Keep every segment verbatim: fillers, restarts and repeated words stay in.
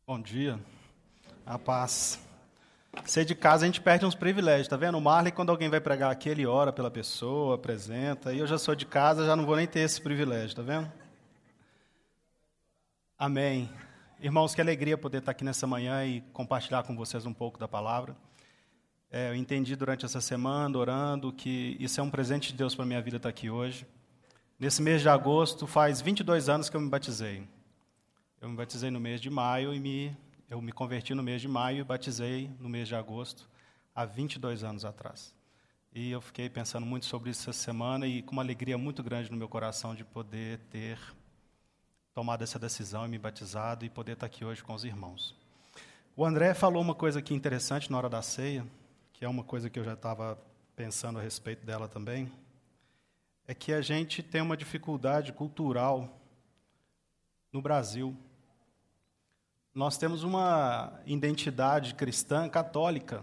Bom dia, a paz. Ser de casa a gente perde uns privilégios, tá vendo? O Marley, quando alguém vai pregar aqui, ele ora pela pessoa, apresenta, e eu já sou de casa, já não vou nem ter esse privilégio, tá vendo? Amém. Irmãos, que alegria poder estar aqui nessa manhã e compartilhar com vocês um pouco da palavra. É, eu entendi durante essa semana, orando, que isso é um presente de Deus para a minha vida estar aqui hoje. Nesse mês de agosto, faz vinte e dois anos que eu me batizei. Eu me batizei no mês de maio e me, eu me converti no mês de maio e batizei no mês de agosto, há vinte e dois anos atrás. E eu fiquei pensando muito sobre isso essa semana e com uma alegria muito grande no meu coração de poder ter tomado essa decisão e me batizado e poder estar aqui hoje com os irmãos. O André falou uma coisa aqui interessante na hora da ceia, que é uma coisa que eu já estava pensando a respeito dela também, é que a gente tem uma dificuldade cultural no Brasil. Nós temos uma identidade cristã católica.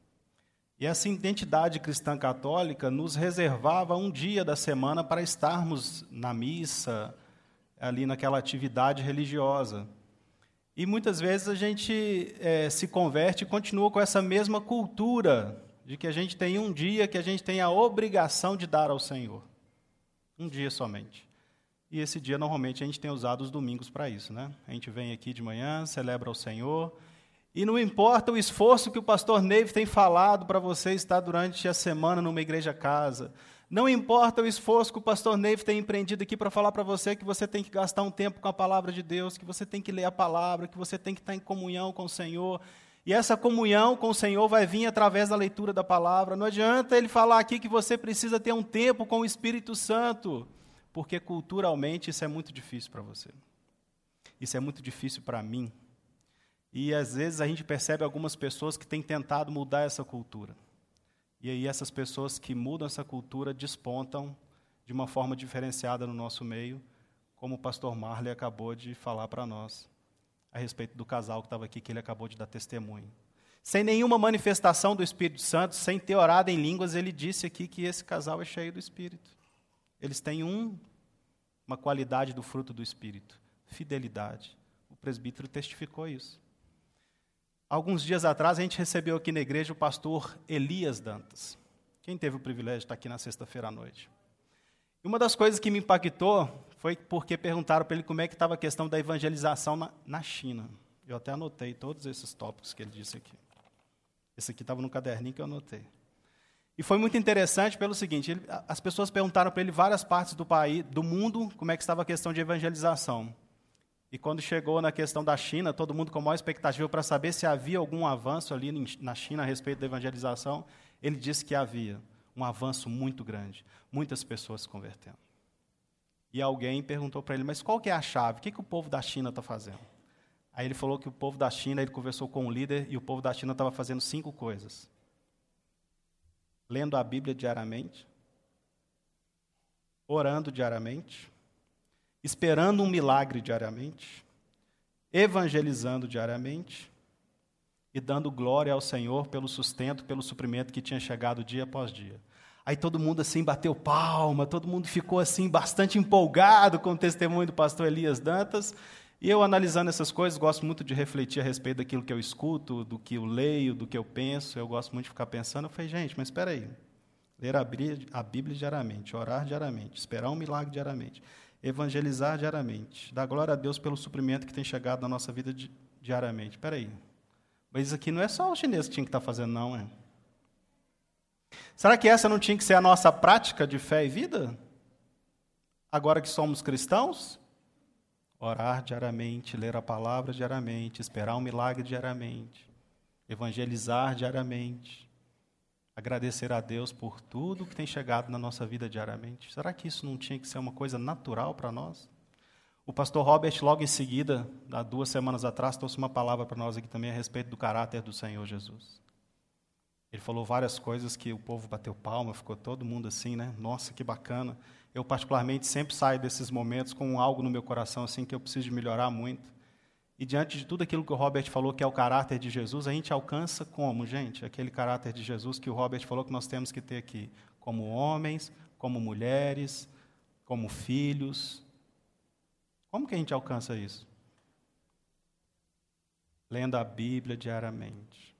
E essa identidade cristã católica nos reservava um dia da semana para estarmos na missa, ali naquela atividade religiosa. E muitas vezes a gente é, se converte e continua com essa mesma cultura de que a gente tem um dia que a gente tem a obrigação de dar ao Senhor. Um dia somente. E esse dia, normalmente, a gente tem usado os domingos para isso, né? A gente vem aqui de manhã, celebra ao Senhor, e não importa o esforço que o pastor Neive tem falado para você estar durante a semana numa igreja casa, não importa o esforço que o pastor Neive tem empreendido aqui para falar para você que você tem que gastar um tempo com a palavra de Deus, que você tem que ler a palavra, que você tem que estar em comunhão com o Senhor, e essa comunhão com o Senhor vai vir através da leitura da palavra. Não adianta ele falar aqui que você precisa ter um tempo com o Espírito Santo, porque culturalmente isso é muito difícil para você. Isso é muito difícil para mim. E às vezes a gente percebe algumas pessoas que têm tentado mudar essa cultura. E aí essas pessoas que mudam essa cultura despontam de uma forma diferenciada no nosso meio, como o pastor Marley acabou de falar para nós, a respeito do casal que estava aqui, que ele acabou de dar testemunho. Sem nenhuma manifestação do Espírito Santo, sem ter orado em línguas, ele disse aqui que esse casal é cheio do Espírito. Eles têm um, uma qualidade do fruto do Espírito, fidelidade. O presbítero testificou isso. Alguns dias atrás, a gente recebeu aqui na igreja o pastor Elias Dantas. Quem teve o privilégio de estar aqui na sexta-feira à noite? E uma das coisas que me impactou foi porque perguntaram para ele como é que estava a questão da evangelização na, na China. Eu até anotei todos esses tópicos que ele disse aqui. Esse aqui estava no caderninho que eu anotei. E foi muito interessante pelo seguinte, ele, as pessoas perguntaram para ele várias partes do país, do mundo, como é que estava a questão de evangelização. E quando chegou na questão da China, todo mundo com a maior expectativa para saber se havia algum avanço ali na China a respeito da evangelização, ele disse que havia um avanço muito grande, muitas pessoas se convertendo. E alguém perguntou para ele, mas qual que é a chave? O que, que o povo da China está fazendo? Aí ele falou que o povo da China, ele conversou com um líder, e o povo da China estava fazendo cinco coisas. Lendo a Bíblia diariamente, orando diariamente, esperando um milagre diariamente, evangelizando diariamente e dando glória ao Senhor pelo sustento, pelo suprimento que tinha chegado dia após dia. Aí todo mundo assim bateu palma, todo mundo ficou assim bastante empolgado com o testemunho do pastor Elias Dantas. E eu, analisando essas coisas, gosto muito de refletir a respeito daquilo que eu escuto, do que eu leio, do que eu penso. Eu gosto muito de ficar pensando. Eu falei, gente, mas espera aí. Ler a Bíblia, a Bíblia diariamente, orar diariamente, esperar um milagre diariamente, evangelizar diariamente, dar glória a Deus pelo suprimento que tem chegado na nossa vida di- diariamente. Espera aí. Mas isso aqui não é só os chineses que tinham que estar fazendo, não, é? Será que essa não tinha que ser a nossa prática de fé e vida? Agora que somos cristãos? Orar diariamente, ler a palavra diariamente, esperar um milagre diariamente, evangelizar diariamente, agradecer a Deus por tudo que tem chegado na nossa vida diariamente. Será que isso não tinha que ser uma coisa natural para nós? O pastor Robert, logo em seguida, há duas semanas atrás, trouxe uma palavra para nós aqui também a respeito do caráter do Senhor Jesus. Ele falou várias coisas que o povo bateu palma, ficou todo mundo assim, né? Nossa, que bacana. Eu, particularmente, sempre saio desses momentos com algo no meu coração assim que eu preciso de melhorar muito. E diante de tudo aquilo que o Robert falou, que é o caráter de Jesus, a gente alcança como, gente? Aquele caráter de Jesus que o Robert falou que nós temos que ter aqui, como homens, como mulheres, como filhos. Como que a gente alcança isso? lendo a Bíblia diariamente,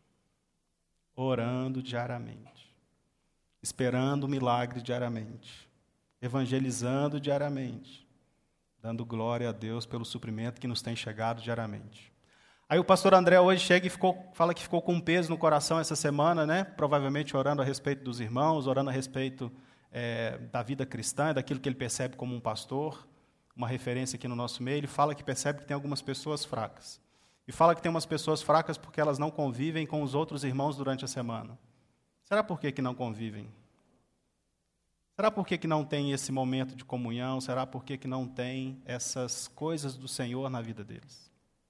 orando diariamente, esperando o milagre diariamente, evangelizando diariamente, dando glória a Deus pelo suprimento que nos tem chegado diariamente. Aí o pastor André hoje chega e ficou, fala que ficou com um peso no coração essa semana, né? Provavelmente orando a respeito dos irmãos, orando a respeito é, da vida cristã, daquilo que ele percebe como um pastor, uma referência aqui no nosso meio. Ele fala que percebe que tem algumas pessoas fracas. E fala que tem umas pessoas fracas porque elas não convivem com os outros irmãos durante a semana. Será por que que não convivem? Será por que que não tem esse momento de comunhão? Será por que que não tem essas coisas do Senhor na vida deles?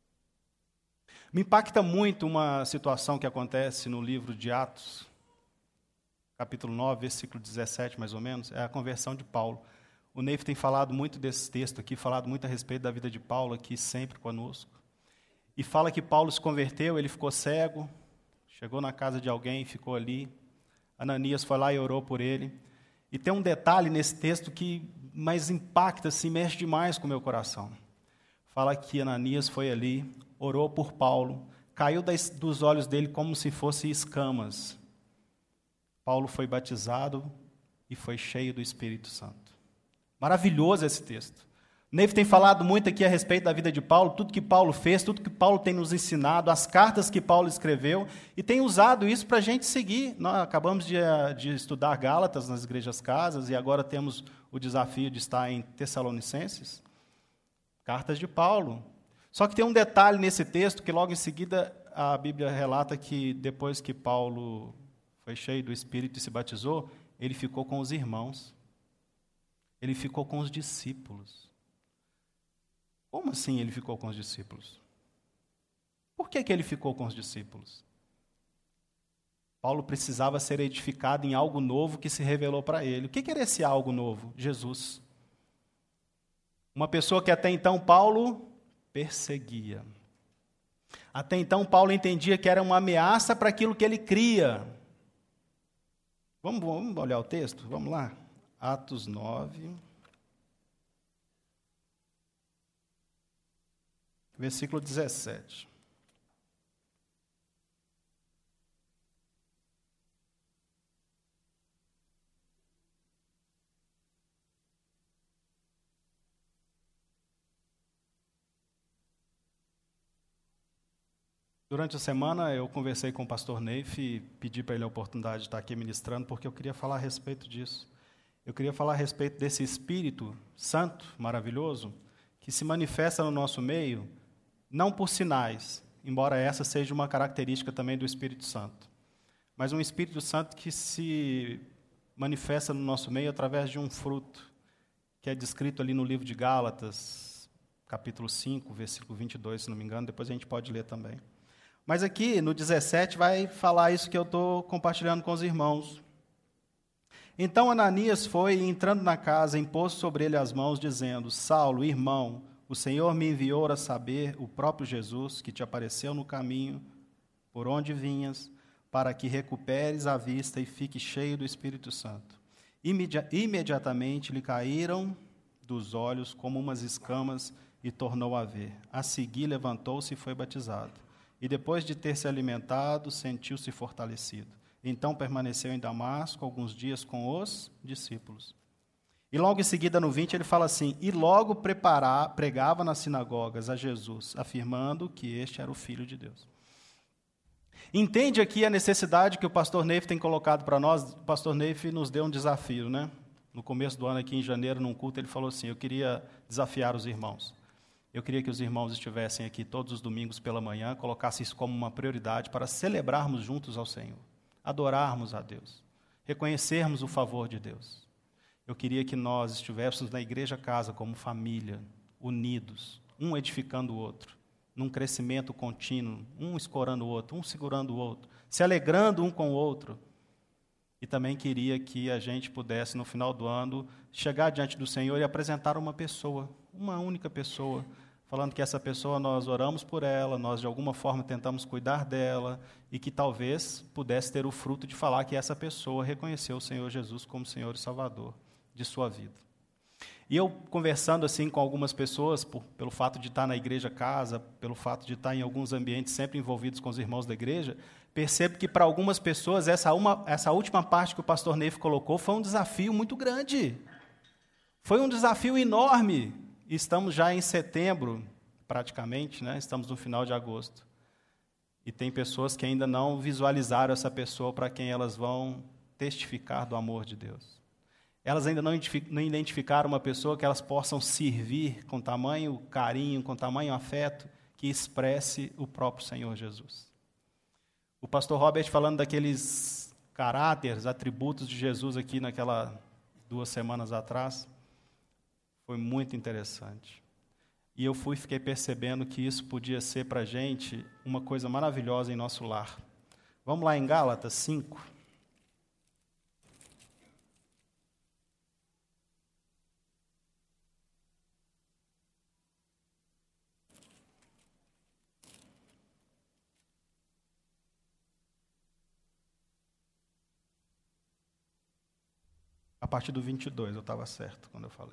Me impacta muito uma situação que acontece no livro de Atos, capítulo nove, versículo dezessete, mais ou menos, é a conversão de Paulo. O Neif tem falado muito desse texto aqui, falado muito a respeito da vida de Paulo aqui, sempre conosco. E fala que Paulo se converteu, ele ficou cego, chegou na casa de alguém, ficou ali. Ananias foi lá e orou por ele. E tem um detalhe nesse texto que mais impacta, assim, mexe demais com o meu coração. Fala que Ananias foi ali, orou por Paulo, caiu das, dos olhos dele como se fossem escamas. Paulo foi batizado e foi cheio do Espírito Santo. Maravilhoso esse texto. O Neif tem falado muito aqui a respeito da vida de Paulo, tudo que Paulo fez, tudo que Paulo tem nos ensinado, as cartas que Paulo escreveu, e tem usado isso para a gente seguir. Nós acabamos de, de estudar Gálatas nas igrejas casas, e agora temos o desafio de estar em Tessalonicenses. Cartas de Paulo. Só que tem um detalhe nesse texto, que logo em seguida a Bíblia relata que depois que Paulo foi cheio do Espírito e se batizou, ele ficou com os irmãos. Ele ficou com os discípulos. Como assim ele ficou com os discípulos? Por que que ele ficou com os discípulos? Paulo precisava ser edificado em algo novo que se revelou para ele. O que que era esse algo novo? Jesus. Uma pessoa que até então Paulo perseguia. Até então, Paulo entendia que era uma ameaça para aquilo que ele cria. Vamos, vamos olhar o texto? Vamos lá. Atos nove, versículo dezessete. Durante a semana, eu conversei com o pastor Neif e pedi para ele a oportunidade de estar aqui ministrando, porque eu queria falar a respeito disso. Eu queria falar a respeito desse Espírito Santo, maravilhoso, que se manifesta no nosso meio, não por sinais, embora essa seja uma característica também do Espírito Santo, mas um Espírito Santo que se manifesta no nosso meio através de um fruto, que é descrito ali no livro de Gálatas, capítulo cinco, versículo vinte e dois, se não me engano, depois a gente pode ler também. Mas aqui, no dezessete, vai falar isso que eu estou compartilhando com os irmãos. Então Ananias foi, e entrando na casa, impôs sobre ele as mãos, dizendo: Saulo, irmão, o Senhor me enviou a saber, o próprio Jesus, que te apareceu no caminho, por onde vinhas, para que recuperes a vista e fique cheio do Espírito Santo. Imedi- imediatamente lhe caíram dos olhos como umas escamas e tornou a ver. A seguir levantou-se e foi batizado. E depois de ter se alimentado, sentiu-se fortalecido. Então permaneceu em Damasco alguns dias com os discípulos. E logo em seguida, no vinte, ele fala assim: E logo preparar, pregava nas sinagogas a Jesus, afirmando que este era o Filho de Deus. Entende aqui a necessidade que o pastor Neif tem colocado para nós? O pastor Neif nos deu um desafio, né? No começo do ano, aqui em janeiro, num culto, ele falou assim: eu queria desafiar os irmãos. Eu queria que os irmãos estivessem aqui todos os domingos pela manhã, colocassem isso como uma prioridade para celebrarmos juntos ao Senhor, adorarmos a Deus, reconhecermos o favor de Deus. Eu queria que nós estivéssemos na igreja casa como família, unidos, um edificando o outro, num crescimento contínuo, um escorando o outro, um segurando o outro, se alegrando um com o outro. E também queria que a gente pudesse, no final do ano, chegar diante do Senhor e apresentar uma pessoa, uma única pessoa, falando que essa pessoa, nós oramos por ela, nós de alguma forma tentamos cuidar dela, e que talvez pudesse ter o fruto de falar que essa pessoa reconheceu o Senhor Jesus como Senhor e Salvador de sua vida. E eu conversando assim com algumas pessoas, por, pelo fato de estar na igreja casa, pelo fato de estar em alguns ambientes sempre envolvidos com os irmãos da igreja, percebo que para algumas pessoas essa, uma, essa última parte que o pastor Neif colocou foi um desafio muito grande. Foi um desafio enorme. E estamos já em setembro, praticamente, né? Estamos no final de agosto. E tem pessoas que ainda não visualizaram essa pessoa para quem elas vão testificar do amor de Deus. Elas ainda não identificaram uma pessoa que elas possam servir com tamanho carinho, com tamanho afeto, que expresse o próprio Senhor Jesus. O pastor Robert falando daqueles caráteres, atributos de Jesus aqui naquelas duas semanas atrás, foi muito interessante. E eu fui fiquei percebendo que isso podia ser para a gente uma coisa maravilhosa em nosso lar. Vamos lá em Gálatas cinco. A partir do vinte e dois, eu estava certo quando eu falei.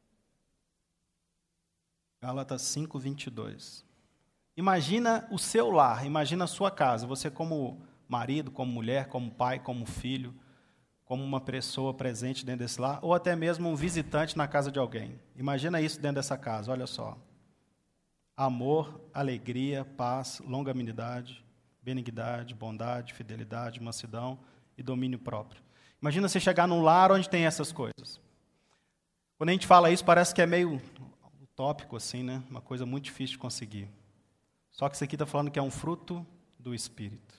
Gálatas cinco, vinte e dois. Imagina o seu lar, imagina a sua casa, você como marido, como mulher, como pai, como filho, como uma pessoa presente dentro desse lar, ou até mesmo um visitante na casa de alguém. Imagina isso dentro dessa casa, olha só. Amor, alegria, paz, longanimidade, benignidade, bondade, fidelidade, mansidão e domínio próprio. Imagina você chegar num lar onde tem essas coisas. Quando a gente fala isso, parece que é meio utópico, assim, né? Uma coisa muito difícil de conseguir. Só que isso aqui está falando que é um fruto do Espírito.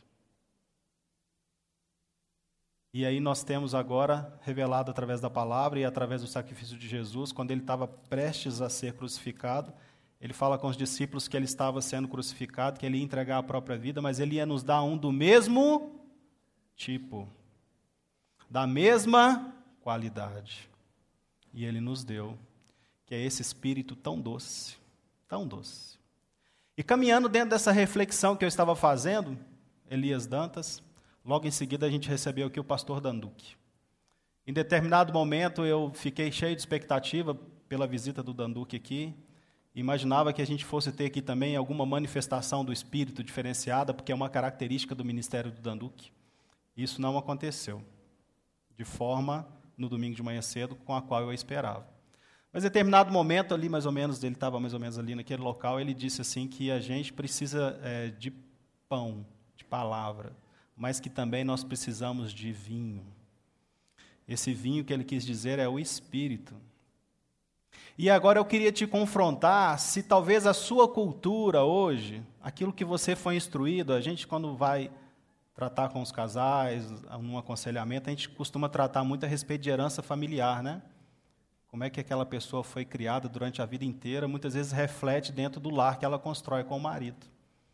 E aí nós temos agora, revelado através da palavra e através do sacrifício de Jesus, quando ele estava prestes a ser crucificado, ele fala com os discípulos que ele estava sendo crucificado, que ele ia entregar a própria vida, mas ele ia nos dar um do mesmo tipo, da mesma qualidade. E ele nos deu, que é esse Espírito tão doce, tão doce. E caminhando dentro dessa reflexão que eu estava fazendo, Elias Dantas, logo em seguida a gente recebeu aqui o pastor Danduque. Em determinado momento eu fiquei cheio de expectativa pela visita do Danduque aqui, imaginava que a gente fosse ter aqui também alguma manifestação do Espírito diferenciada, porque é uma característica do ministério do Danduque. Isso não aconteceu, de forma, no domingo de manhã cedo, com a qual eu esperava. Mas em determinado momento, ali mais ou menos, ele estava mais ou menos ali naquele local, ele disse assim que a gente precisa é, de pão, de palavra, mas que também nós precisamos de vinho. Esse vinho que ele quis dizer é o Espírito. E agora eu queria te confrontar se talvez a sua cultura hoje, aquilo que você foi instruído, a gente quando vai tratar com os casais, num aconselhamento, a gente costuma tratar muito a respeito de herança familiar, né? Como é que aquela pessoa foi criada durante a vida inteira, muitas vezes reflete dentro do lar que ela constrói com o marido.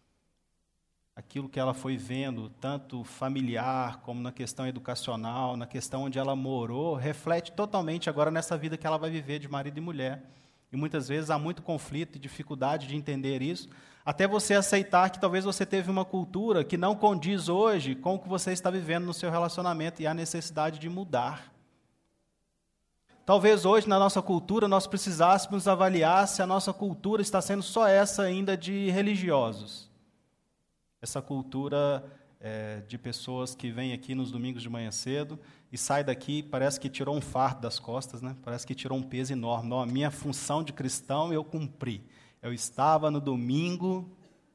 Aquilo que ela foi vendo, tanto familiar, como na questão educacional, na questão onde ela morou, reflete totalmente agora nessa vida que ela vai viver de marido e mulher. E muitas vezes há muito conflito e dificuldade de entender isso, até você aceitar que talvez você teve uma cultura que não condiz hoje com o que você está vivendo no seu relacionamento e há necessidade de mudar. Talvez hoje, na nossa cultura, nós precisássemos avaliar se a nossa cultura está sendo só essa ainda de religiosos. Essa cultura é, de pessoas que vêm aqui nos domingos de manhã cedo e sai daqui, parece que tirou um fardo das costas, né? Parece que tirou um peso enorme. Não, a minha função de cristão eu cumpri. Eu estava no domingo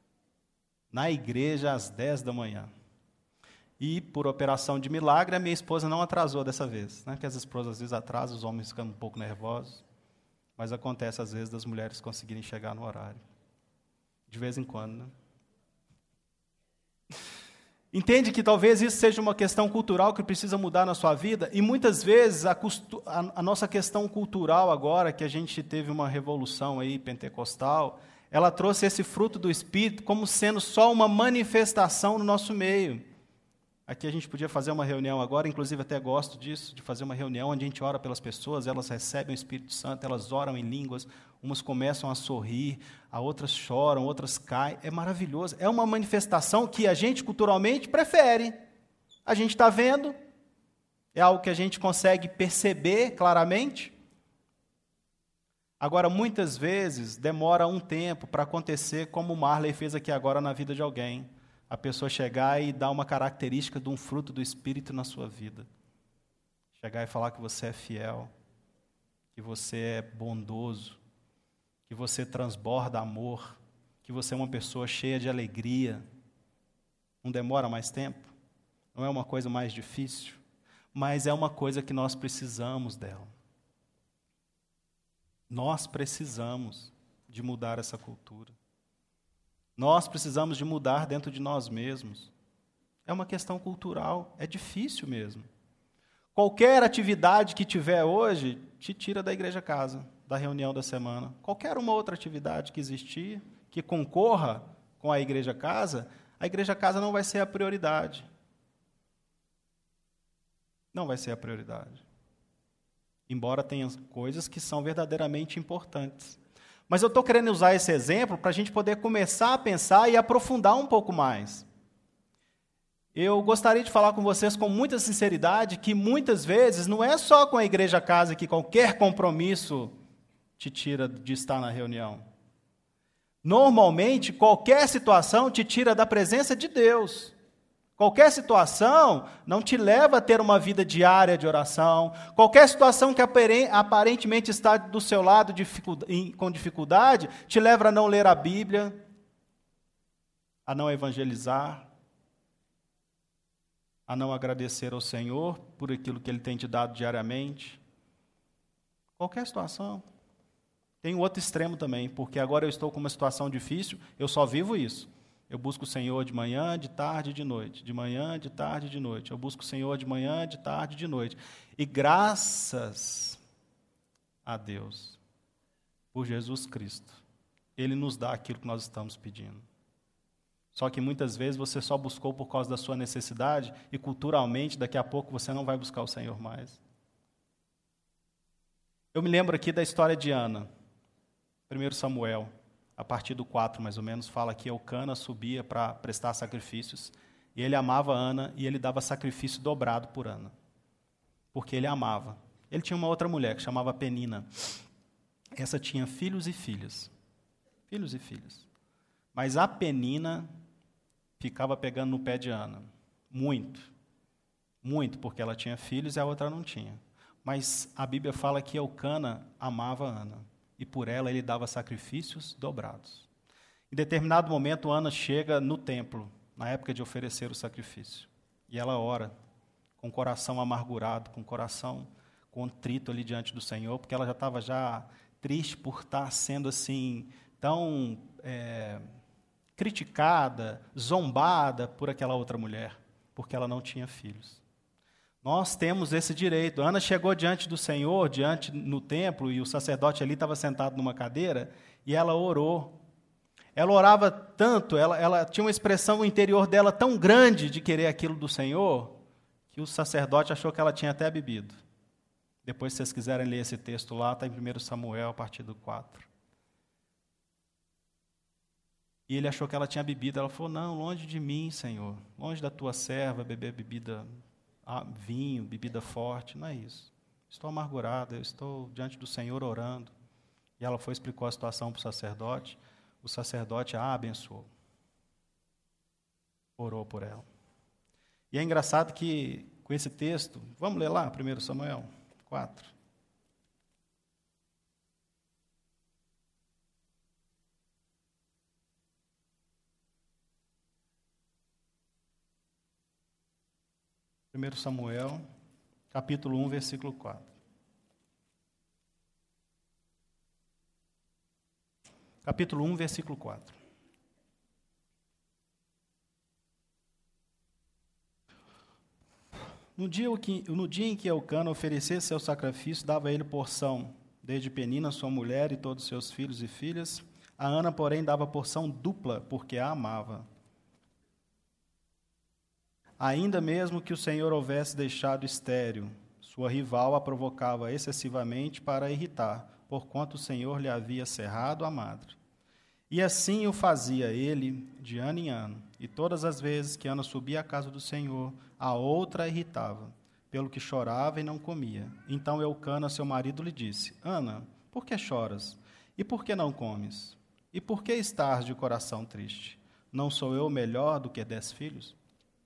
na igreja às dez da manhã. E, por operação de milagre, a minha esposa não atrasou dessa vez, né? Porque as esposas às vezes atrasam, os homens ficam um pouco nervosos, mas acontece às vezes das mulheres conseguirem chegar no horário. De vez em quando, né? Entende que talvez isso seja uma questão cultural que precisa mudar na sua vida? E muitas vezes a, costu- a, a nossa questão cultural agora, que a gente teve uma revolução aí pentecostal, ela trouxe esse fruto do Espírito como sendo só uma manifestação no nosso meio. Aqui a gente podia fazer uma reunião agora, inclusive até gosto disso, de fazer uma reunião onde a gente ora pelas pessoas, elas recebem o Espírito Santo, elas oram em línguas, umas começam a sorrir, a outras choram, outras caem, é maravilhoso, é uma manifestação que a gente culturalmente prefere, a gente está vendo, é algo que a gente consegue perceber claramente, Agora, muitas vezes, demora um tempo para acontecer como o Marley fez aqui agora na vida de alguém. A pessoa chegar e dar uma característica de um fruto do Espírito na sua vida. Chegar e falar que você é fiel, que você é bondoso, que você transborda amor, que você é uma pessoa cheia de alegria. Não demora mais tempo? Não é uma coisa mais difícil? Mas é uma coisa que nós precisamos dela. Nós precisamos de mudar essa cultura. Nós precisamos de mudar dentro de nós mesmos. É uma questão cultural, é difícil mesmo. Qualquer atividade que tiver hoje, te tira da igreja casa, da reunião da semana. Qualquer uma outra atividade que existir, que concorra com a igreja casa, a igreja casa não vai ser a prioridade. Não vai ser a prioridade. Embora tenha coisas que são verdadeiramente importantes. Mas eu estou querendo usar esse exemplo para a gente poder começar a pensar e aprofundar um pouco mais. Eu gostaria de falar com vocês com muita sinceridade que muitas vezes não é só com a igreja casa que qualquer compromisso te tira de estar na reunião. Normalmente, qualquer situação te tira da presença de Deus. Qualquer situação não te leva a ter uma vida diária de oração. Qualquer situação que aparentemente está do seu lado com dificuldade, te leva a não ler a Bíblia, a não evangelizar, a não agradecer ao Senhor por aquilo que Ele tem te dado diariamente. Qualquer situação. Tem um outro extremo também, porque agora eu estou com uma situação difícil, eu só vivo isso. Eu busco o Senhor de manhã, de tarde e de noite. De manhã, de tarde e de noite. Eu busco o Senhor de manhã, de tarde e de noite. E graças a Deus, por Jesus Cristo, Ele nos dá aquilo que nós estamos pedindo. Só que muitas vezes você só buscou por causa da sua necessidade e culturalmente, daqui a pouco, você não vai buscar o Senhor mais. Eu me lembro aqui da história de Ana, primeiro Samuel. A partir do quatro, mais ou menos, fala que Eucana subia para prestar sacrifícios, e ele amava Ana, e ele dava sacrifício dobrado por Ana, porque ele amava. Ele tinha uma outra mulher, que chamava Penina. Essa tinha filhos e filhas. Filhos e filhas. Mas a Penina ficava pegando no pé de Ana. Muito. Muito, porque ela tinha filhos e a outra não tinha. Mas a Bíblia fala que Eucana amava Ana. E por ela ele dava sacrifícios dobrados. Em determinado momento, Ana chega no templo, na época de oferecer o sacrifício. E ela ora, com o coração amargurado, com o coração contrito ali diante do Senhor, porque ela já estava já triste por estar sendo assim, tão é, criticada, zombada por aquela outra mulher, porque ela não tinha filhos. Nós temos esse direito. Ana chegou diante do Senhor, diante no templo, e o sacerdote ali estava sentado numa cadeira, e ela orou. Ela orava tanto, ela, ela tinha uma expressão interior dela tão grande de querer aquilo do Senhor, que o sacerdote achou que ela tinha até bebido. Depois, se vocês quiserem ler esse texto lá, está em primeiro Samuel, a partir do quatro. E ele achou que ela tinha bebido. Ela falou, não, longe de mim, Senhor, longe da tua serva, beber bebida Ah, vinho, bebida forte, não é isso. Estou amargurada, eu estou diante do Senhor orando. E ela foi e explicou a situação para o sacerdote. O sacerdote a abençoou. Orou por ela. E é engraçado que, com esse texto, vamos ler lá, primeiro Samuel quatro. primeiro Samuel, capítulo um, versículo quatro. Capítulo um, versículo quatro. No dia, no dia em que Eucana oferecesse seu sacrifício, dava a ele porção, desde Penina, sua mulher, e todos seus filhos e filhas. A Ana, porém, dava porção dupla, porque a amava. Ainda mesmo que o Senhor houvesse deixado estéril, sua rival a provocava excessivamente para a irritar, porquanto o Senhor lhe havia cerrado a madre. E assim o fazia ele de ano em ano, e todas as vezes que Ana subia à casa do Senhor, a outra a irritava, pelo que chorava e não comia. Então Eucana, seu marido, lhe disse, Ana, Por que choras? E por que não comes? E por que estás de coração triste? Não sou eu melhor do que dez filhos?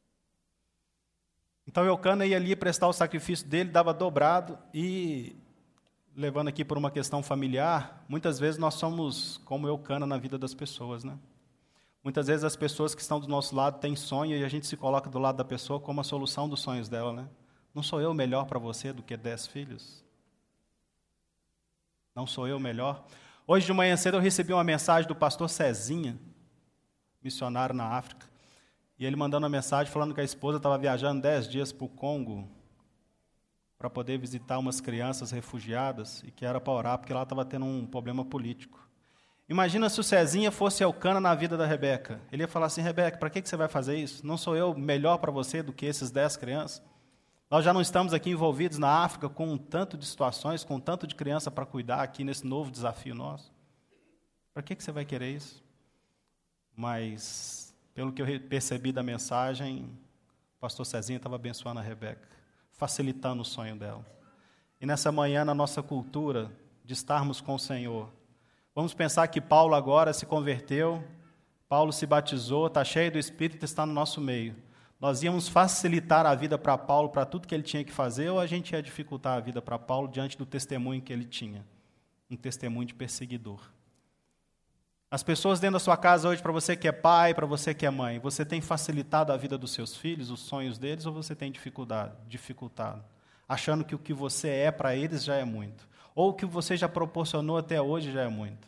Então Eucana ia ali prestar o sacrifício dele, dava dobrado, e, levando aqui por uma questão familiar, muitas vezes nós somos como Eucana na vida das pessoas, né? Muitas vezes as pessoas que estão do nosso lado têm sonho e a gente se coloca do lado da pessoa como a solução dos sonhos dela, né? Não sou eu melhor para você do que dez filhos? Não sou eu melhor? Hoje de manhã cedo eu recebi uma mensagem do pastor Cezinha, missionário na África, e ele mandando uma mensagem falando que a esposa estava viajando dez dias para o Congo para poder visitar umas crianças refugiadas e que era para orar porque lá estava tendo um problema político. Imagina se o Cezinha fosse Eucana na vida da Rebeca. Ele ia falar assim: Rebeca, para que você vai fazer isso? Não sou eu melhor para você do que esses dez crianças? Nós já não estamos aqui envolvidos na África com um tanto de situações, com um tanto de criança para cuidar aqui nesse novo desafio nosso? Para que você vai querer isso? Mas, pelo que eu percebi da mensagem, o pastor Cezinha estava abençoando a Rebeca, facilitando o sonho dela. E nessa manhã, na nossa cultura de estarmos com o Senhor, vamos pensar que Paulo agora se converteu, Paulo se batizou, está cheio do Espírito e está no nosso meio. Nós íamos facilitar a vida para Paulo, para tudo que ele tinha que fazer, ou a gente ia dificultar a vida para Paulo diante do testemunho que ele tinha? Um testemunho de perseguidor. As pessoas dentro da sua casa hoje, para você que é pai, para você que é mãe, você tem facilitado a vida dos seus filhos, os sonhos deles, ou você tem dificuldade, dificultado? Achando que o que você é para eles já é muito. Ou o que você já proporcionou até hoje já é muito.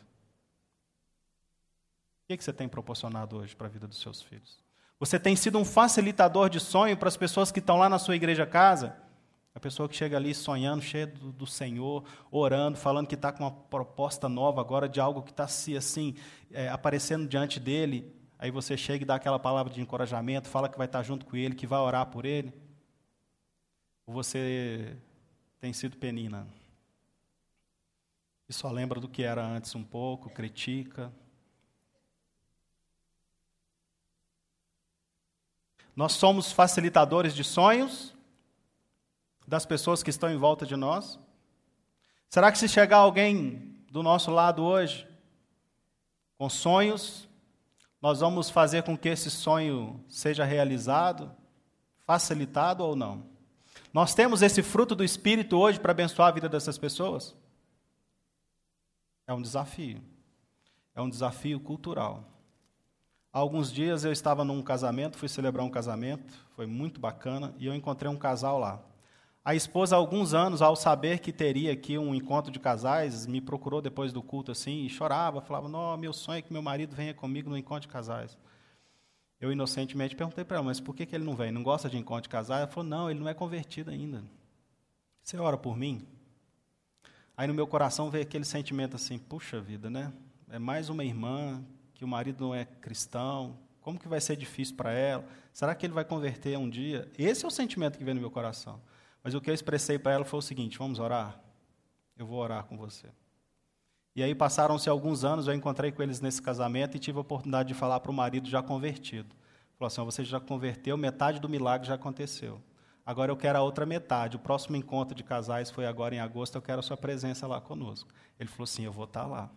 O que você tem proporcionado hoje para a vida dos seus filhos? Você tem sido um facilitador de sonho para as pessoas que estão lá na sua igreja casa? A pessoa que chega ali sonhando, cheia do, do Senhor, orando, falando que está com uma proposta nova agora de algo que está se, assim, é, aparecendo diante dele. Aí você chega e dá aquela palavra de encorajamento, fala que vai estar junto com ele, que vai orar por ele. Ou você tem sido penina? E só lembra do que era antes um pouco, critica. Nós somos facilitadores de sonhos das pessoas que estão em volta de nós? Será que se chegar alguém do nosso lado hoje com sonhos, nós vamos fazer com que esse sonho seja realizado, facilitado ou não? Nós temos esse fruto do Espírito hoje para abençoar a vida dessas pessoas? É um desafio. É um desafio cultural. Há alguns dias eu estava num casamento, fui celebrar um casamento, foi muito bacana, e eu encontrei um casal lá. A esposa, há alguns anos, ao saber que teria aqui um encontro de casais, me procurou depois do culto assim, e chorava, falava: não, meu sonho é que meu marido venha comigo no encontro de casais. Eu, inocentemente, perguntei para ela: mas por que que ele não vem? Não gosta de encontro de casais? Ela falou: não, ele não é convertido ainda. Você ora por mim? Aí no meu coração veio aquele sentimento assim: puxa vida, né? É mais uma irmã que o marido não é cristão, como que vai ser difícil para ela? Será que ele vai converter um dia? Esse é o sentimento que veio no meu coração. Mas o que eu expressei para ela foi o seguinte: vamos orar? Eu vou orar com você. E aí passaram-se alguns anos, eu encontrei com eles nesse casamento e tive a oportunidade de falar para o marido já convertido. Falou assim: você já converteu, metade do milagre já aconteceu. Agora eu quero a outra metade. O próximo encontro de casais foi agora em agosto, eu quero a sua presença lá conosco. Ele falou assim: eu vou estar lá.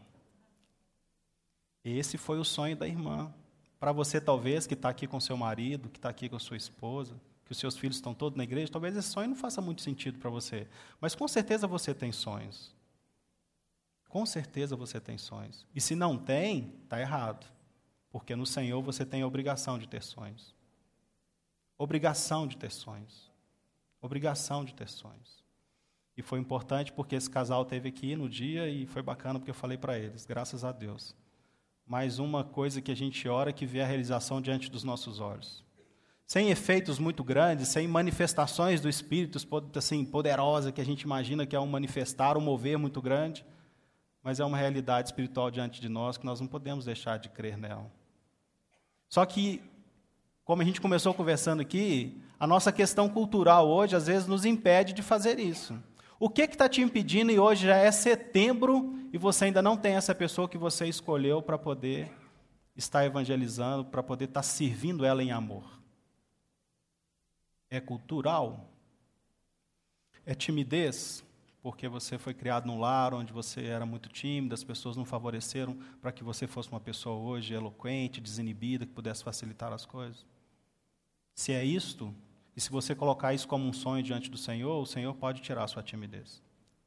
Esse foi o sonho da irmã. Para você, talvez, que está aqui com seu marido, que está aqui com sua esposa, que os seus filhos estão todos na igreja, talvez esse sonho não faça muito sentido para você. Mas com certeza você tem sonhos. Com certeza você tem sonhos. E se não tem, está errado. Porque no Senhor você tem a obrigação de ter sonhos. Obrigação de ter sonhos. Obrigação de ter sonhos. E foi importante porque esse casal esteve aqui no dia e foi bacana porque eu falei para eles: graças a Deus. Mais uma coisa que a gente ora que vê a realização diante dos nossos olhos. Sem efeitos muito grandes, sem manifestações do Espírito assim, poderosa que a gente imagina que é um manifestar, um mover muito grande, mas é uma realidade espiritual diante de nós que nós não podemos deixar de crer nela. Só que, como a gente começou conversando aqui, a nossa questão cultural hoje às vezes nos impede de fazer isso. O que está te impedindo, e hoje já é setembro, e você ainda não tem essa pessoa que você escolheu para poder estar evangelizando, para poder estar servindo ela em amor? É cultural? É timidez? porque você foi criado num lar onde você era muito tímido, as pessoas não favoreceram para que você fosse uma pessoa hoje eloquente, desinibida, que pudesse facilitar as coisas? Se é isto, e se você colocar isso como um sonho diante do Senhor, o Senhor pode tirar a sua timidez.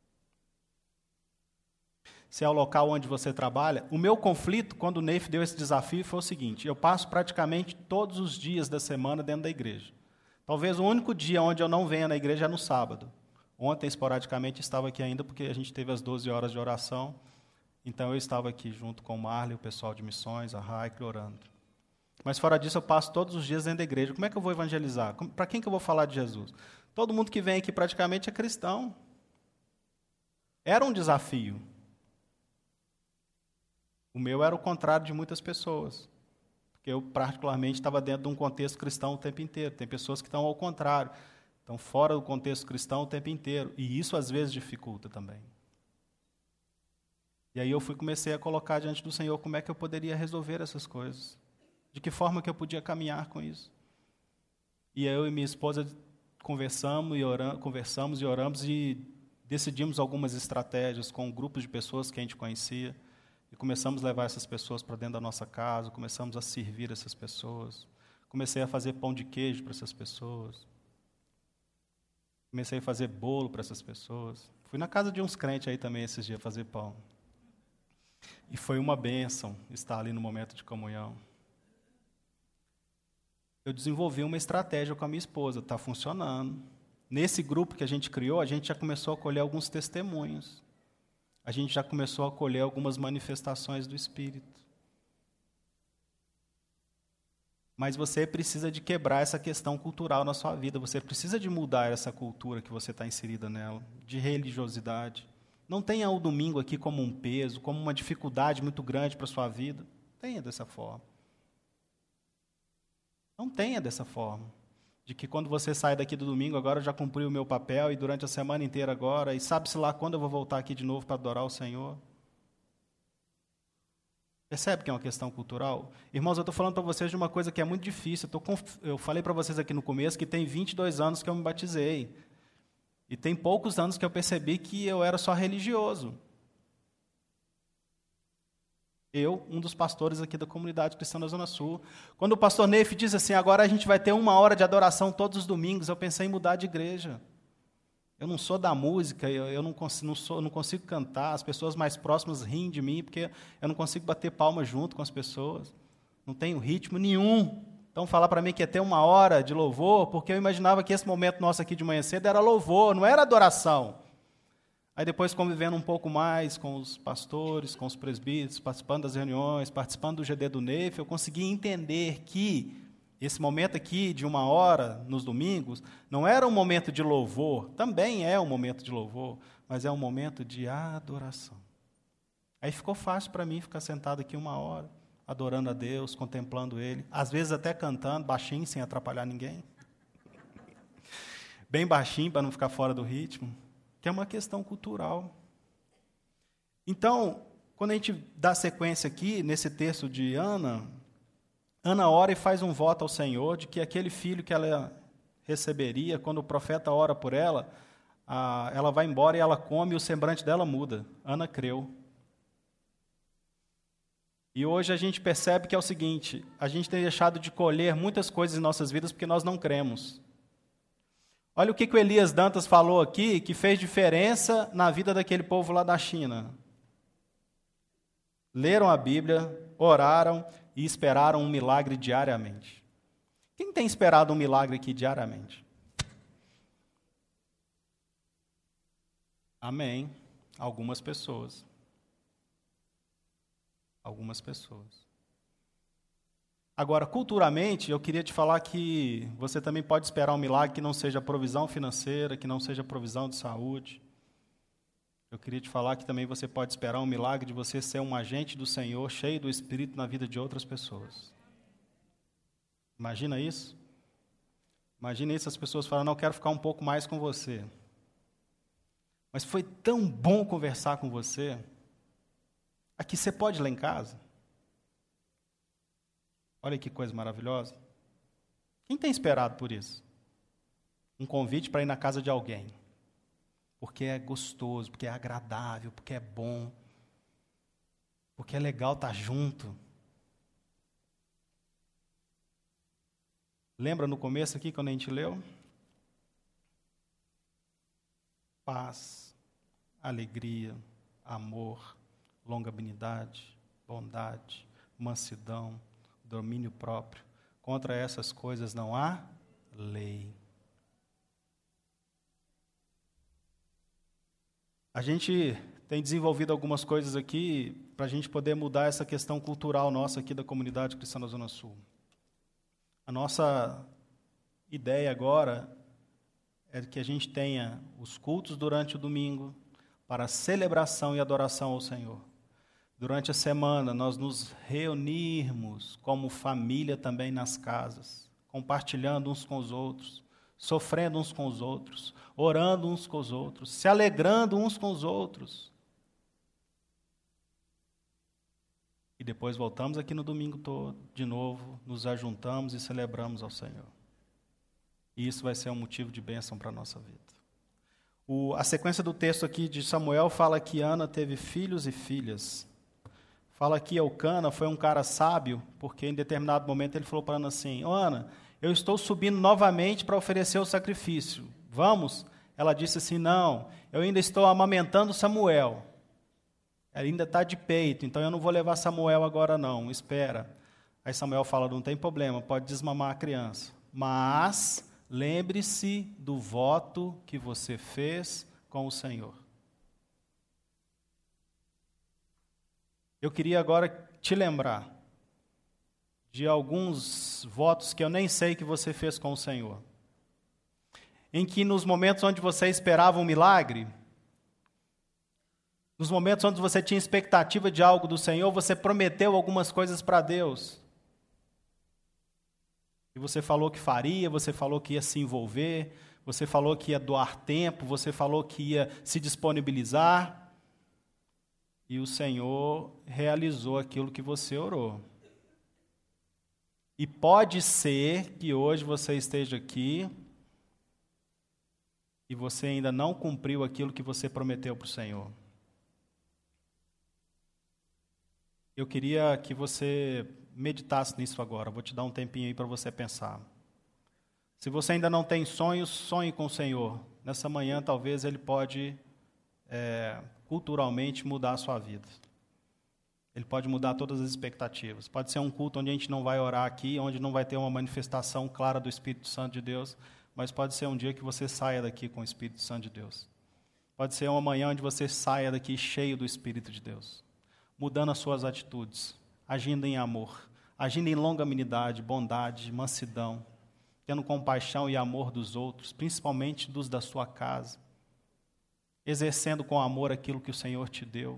Se é o local onde você trabalha, o meu conflito, quando o Neif deu esse desafio, foi o seguinte: eu passo praticamente todos os dias da semana dentro da igreja. Talvez o único dia onde eu não venha na igreja é no sábado. Ontem, esporadicamente, estava aqui ainda, porque a gente teve as doze horas de oração, então eu estava aqui junto com o Marley, o pessoal de missões, a Raikle, orando. Mas fora disso, eu passo todos os dias dentro da igreja. Como é que eu vou evangelizar? Para quem que eu vou falar de Jesus? Todo mundo que vem aqui praticamente é cristão. Era um desafio. O meu era o contrário de muitas pessoas, porque eu particularmente estava dentro de um contexto cristão o tempo inteiro. Tem pessoas que estão ao contrário, estão fora do contexto cristão o tempo inteiro, e isso às vezes dificulta também. E aí eu fui comecei a colocar diante do Senhor como é que eu poderia resolver essas coisas, de que forma que eu podia caminhar com isso. E eu e minha esposa conversamos e oramos, conversamos e oramos e decidimos algumas estratégias com grupos de pessoas que a gente conhecia. E começamos a levar essas pessoas para dentro da nossa casa, começamos a servir essas pessoas. Comecei a fazer pão de queijo para essas pessoas. Comecei a fazer bolo para essas pessoas. Fui na casa de uns crentes aí também esses dias fazer pão. E foi uma bênção estar ali no momento de comunhão. Eu desenvolvi uma estratégia com a minha esposa, está funcionando. Nesse grupo que a gente criou, a gente já começou a colher alguns testemunhos. A gente já começou a colher algumas manifestações do Espírito. Mas você precisa de quebrar essa questão cultural na sua vida. Você precisa de mudar essa cultura que você está inserida nela, de religiosidade. Não tenha o domingo aqui como um peso, como uma dificuldade muito grande para a sua vida. Tenha dessa forma. Não tenha dessa forma. De que quando você sai daqui do domingo, agora eu já cumpri o meu papel, e durante a semana inteira agora, e sabe-se lá quando eu vou voltar aqui de novo para adorar o Senhor. Percebe que é uma questão cultural? Irmãos, eu estou falando para vocês de uma coisa que é muito difícil. Eu, tô conf... eu falei para vocês aqui no começo que tem vinte e dois anos que eu me batizei. E tem poucos anos que eu percebi que eu era só religioso. Eu, um dos pastores aqui da comunidade cristã da Zona Sul. Quando o pastor Neif diz assim, agora a gente vai ter uma hora de adoração todos os domingos, eu pensei em mudar de igreja. Eu não sou da música, eu, eu não, consigo, não, sou, não consigo cantar, as pessoas mais próximas riem de mim, porque eu não consigo bater palma junto com as pessoas. Não tenho ritmo nenhum. Então, falar para mim que ia ter uma hora de louvor, porque eu imaginava que esse momento nosso aqui de manhã cedo era louvor, não era adoração. Aí depois, convivendo um pouco mais com os pastores, com os presbíteros, participando das reuniões, participando do G D do Neif, eu consegui entender que esse momento aqui de uma hora, nos domingos, não era um momento de louvor, também é um momento de louvor, mas é um momento de adoração. Aí ficou fácil para mim ficar sentado aqui uma hora, adorando a Deus, contemplando Ele, às vezes até cantando, baixinho, sem atrapalhar ninguém. Bem baixinho, para não ficar fora do ritmo, que é uma questão cultural. Então, quando a gente dá sequência aqui, nesse texto de Ana, Ana ora e faz um voto ao Senhor de que aquele filho que ela receberia, quando o profeta ora por ela, a, ela vai embora e ela come e o semblante dela muda. Ana creu. E hoje a gente percebe que é o seguinte, a gente tem deixado de colher muitas coisas em nossas vidas porque nós não cremos. Olha o que, que o Elias Dantas falou aqui, que fez diferença na vida daquele povo lá da China. Leram a Bíblia, oraram e esperaram um milagre diariamente. Quem tem esperado um milagre aqui diariamente? Amém. Algumas pessoas. Algumas pessoas. Agora, culturalmente, eu queria te falar que você também pode esperar um milagre que não seja provisão financeira, que não seja provisão de saúde. Eu queria te falar que também você pode esperar um milagre de você ser um agente do Senhor, cheio do Espírito na vida de outras pessoas. Imagina isso? Imagina isso, as pessoas falam, não, eu quero ficar um pouco mais com você. Mas foi tão bom conversar com você. Aqui você pode ir lá em casa? Olha que coisa maravilhosa. Quem tem esperado por isso? Um convite para ir na casa de alguém. porque é gostoso, porque é agradável, porque é bom, porque é legal estar junto. Lembra no começo aqui, quando a gente leu? Paz, alegria, amor, longanimidade, bondade, mansidão, domínio próprio. Contra essas coisas não há lei. A gente tem desenvolvido algumas coisas aqui para a gente poder mudar essa questão cultural nossa aqui da comunidade cristã da Zona Sul. A nossa ideia agora é que a gente tenha os cultos durante o domingo para celebração e adoração ao Senhor. Durante a semana, nós nos reunirmos como família também nas casas, compartilhando uns com os outros, sofrendo uns com os outros, orando uns com os outros, se alegrando uns com os outros. E depois voltamos aqui no domingo todo, de novo, nos ajuntamos e celebramos ao Senhor. E isso vai ser um motivo de bênção para a nossa vida. O, a sequência do texto aqui de Samuel fala que Ana teve filhos e filhas. Fala que Eucana foi um cara sábio, porque em determinado momento ele falou para Ana assim: "Ô Ana, eu estou subindo novamente para oferecer o sacrifício. Vamos?" Ela disse assim: "Não, eu ainda estou amamentando Samuel. Ele ainda está de peito, então eu não vou levar Samuel agora não, espera." Aí Samuel fala: "Não tem problema, pode desmamar a criança. Mas lembre-se do voto que você fez com o Senhor." Eu queria agora te lembrar de alguns votos que eu nem sei que você fez com o Senhor. Em que nos momentos onde você esperava um milagre, nos momentos onde você tinha expectativa de algo do Senhor, você prometeu algumas coisas para Deus. E você falou que faria, você falou que ia se envolver, você falou que ia doar tempo, você falou que ia se disponibilizar. E o Senhor realizou aquilo que você orou. E pode ser que hoje você esteja aqui e você ainda não cumpriu aquilo que você prometeu para o Senhor. Eu queria que você meditasse nisso agora. Vou te dar um tempinho aí para você pensar. Se você ainda não tem sonhos, sonhe com o Senhor. Nessa manhã, talvez Ele pode, é, culturalmente, mudar a sua vida. Ele pode mudar todas as expectativas. Pode ser um culto onde a gente não vai orar aqui, onde não vai ter uma manifestação clara do Espírito Santo de Deus, mas pode ser um dia que você saia daqui com o Espírito Santo de Deus. Pode ser uma manhã onde você saia daqui cheio do Espírito de Deus, mudando as suas atitudes, agindo em amor, agindo em longanimidade, bondade, mansidão, tendo compaixão e amor dos outros, principalmente dos da sua casa, exercendo com amor aquilo que o Senhor te deu.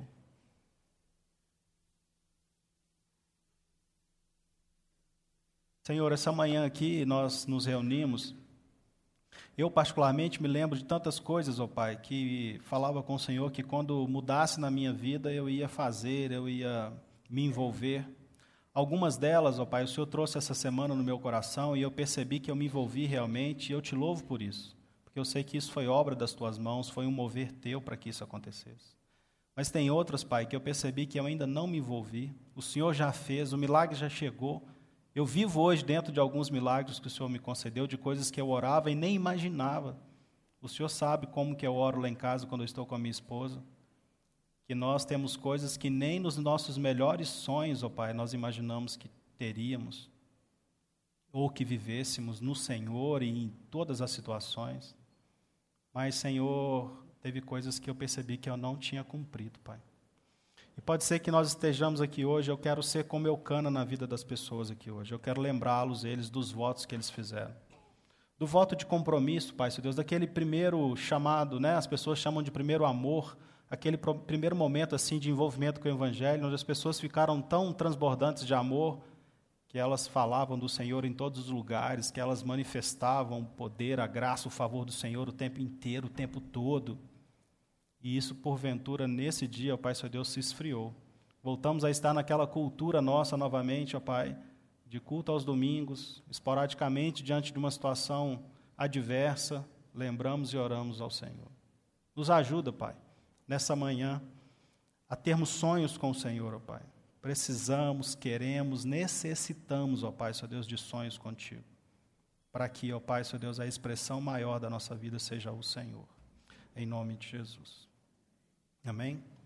Senhor, essa manhã aqui nós nos reunimos. Eu particularmente me lembro de tantas coisas, ó Pai, que falava com o Senhor que quando mudasse na minha vida eu ia fazer, eu ia me envolver. Algumas delas, ó Pai, o Senhor trouxe essa semana no meu coração e eu percebi que eu me envolvi realmente e eu te louvo por isso. Porque eu sei que isso foi obra das Tuas mãos, foi um mover Teu para que isso acontecesse. Mas tem outras, Pai, que eu percebi que eu ainda não me envolvi. O Senhor já fez, o milagre já chegou. Eu vivo hoje dentro de alguns milagres que o Senhor me concedeu, de coisas que eu orava e nem imaginava. O Senhor sabe como que eu oro lá em casa quando eu estou com a minha esposa. Que nós temos coisas que nem nos nossos melhores sonhos, ó Pai, nós imaginamos que teríamos. Ou que vivêssemos no Senhor e em todas as situações. Mas, Senhor, teve coisas que eu percebi que eu não tinha cumprido, Pai. E pode ser que nós estejamos aqui hoje, eu quero ser como Eucana na vida das pessoas aqui hoje. Eu quero lembrá-los, eles, dos votos que eles fizeram. Do voto de compromisso, Pai, Senhor Deus, daquele primeiro chamado, né? As pessoas chamam de primeiro amor, aquele pro, primeiro momento assim de envolvimento com o Evangelho, onde as pessoas ficaram tão transbordantes de amor, que elas falavam do Senhor em todos os lugares, que elas manifestavam o poder, a graça, o favor do Senhor o tempo inteiro, o tempo todo. E isso, porventura, nesse dia, ó Pai, Senhor Deus, se esfriou. Voltamos a estar naquela cultura nossa novamente, ó Pai, de culto aos domingos, esporadicamente, diante de uma situação adversa, lembramos e oramos ao Senhor. Nos ajuda, Pai, nessa manhã, a termos sonhos com o Senhor, ó Pai. Precisamos, queremos, necessitamos, ó Pai, Senhor Deus, de sonhos contigo. Para que, ó Pai, Senhor Deus, a expressão maior da nossa vida seja o Senhor. Em nome de Jesus. Amém?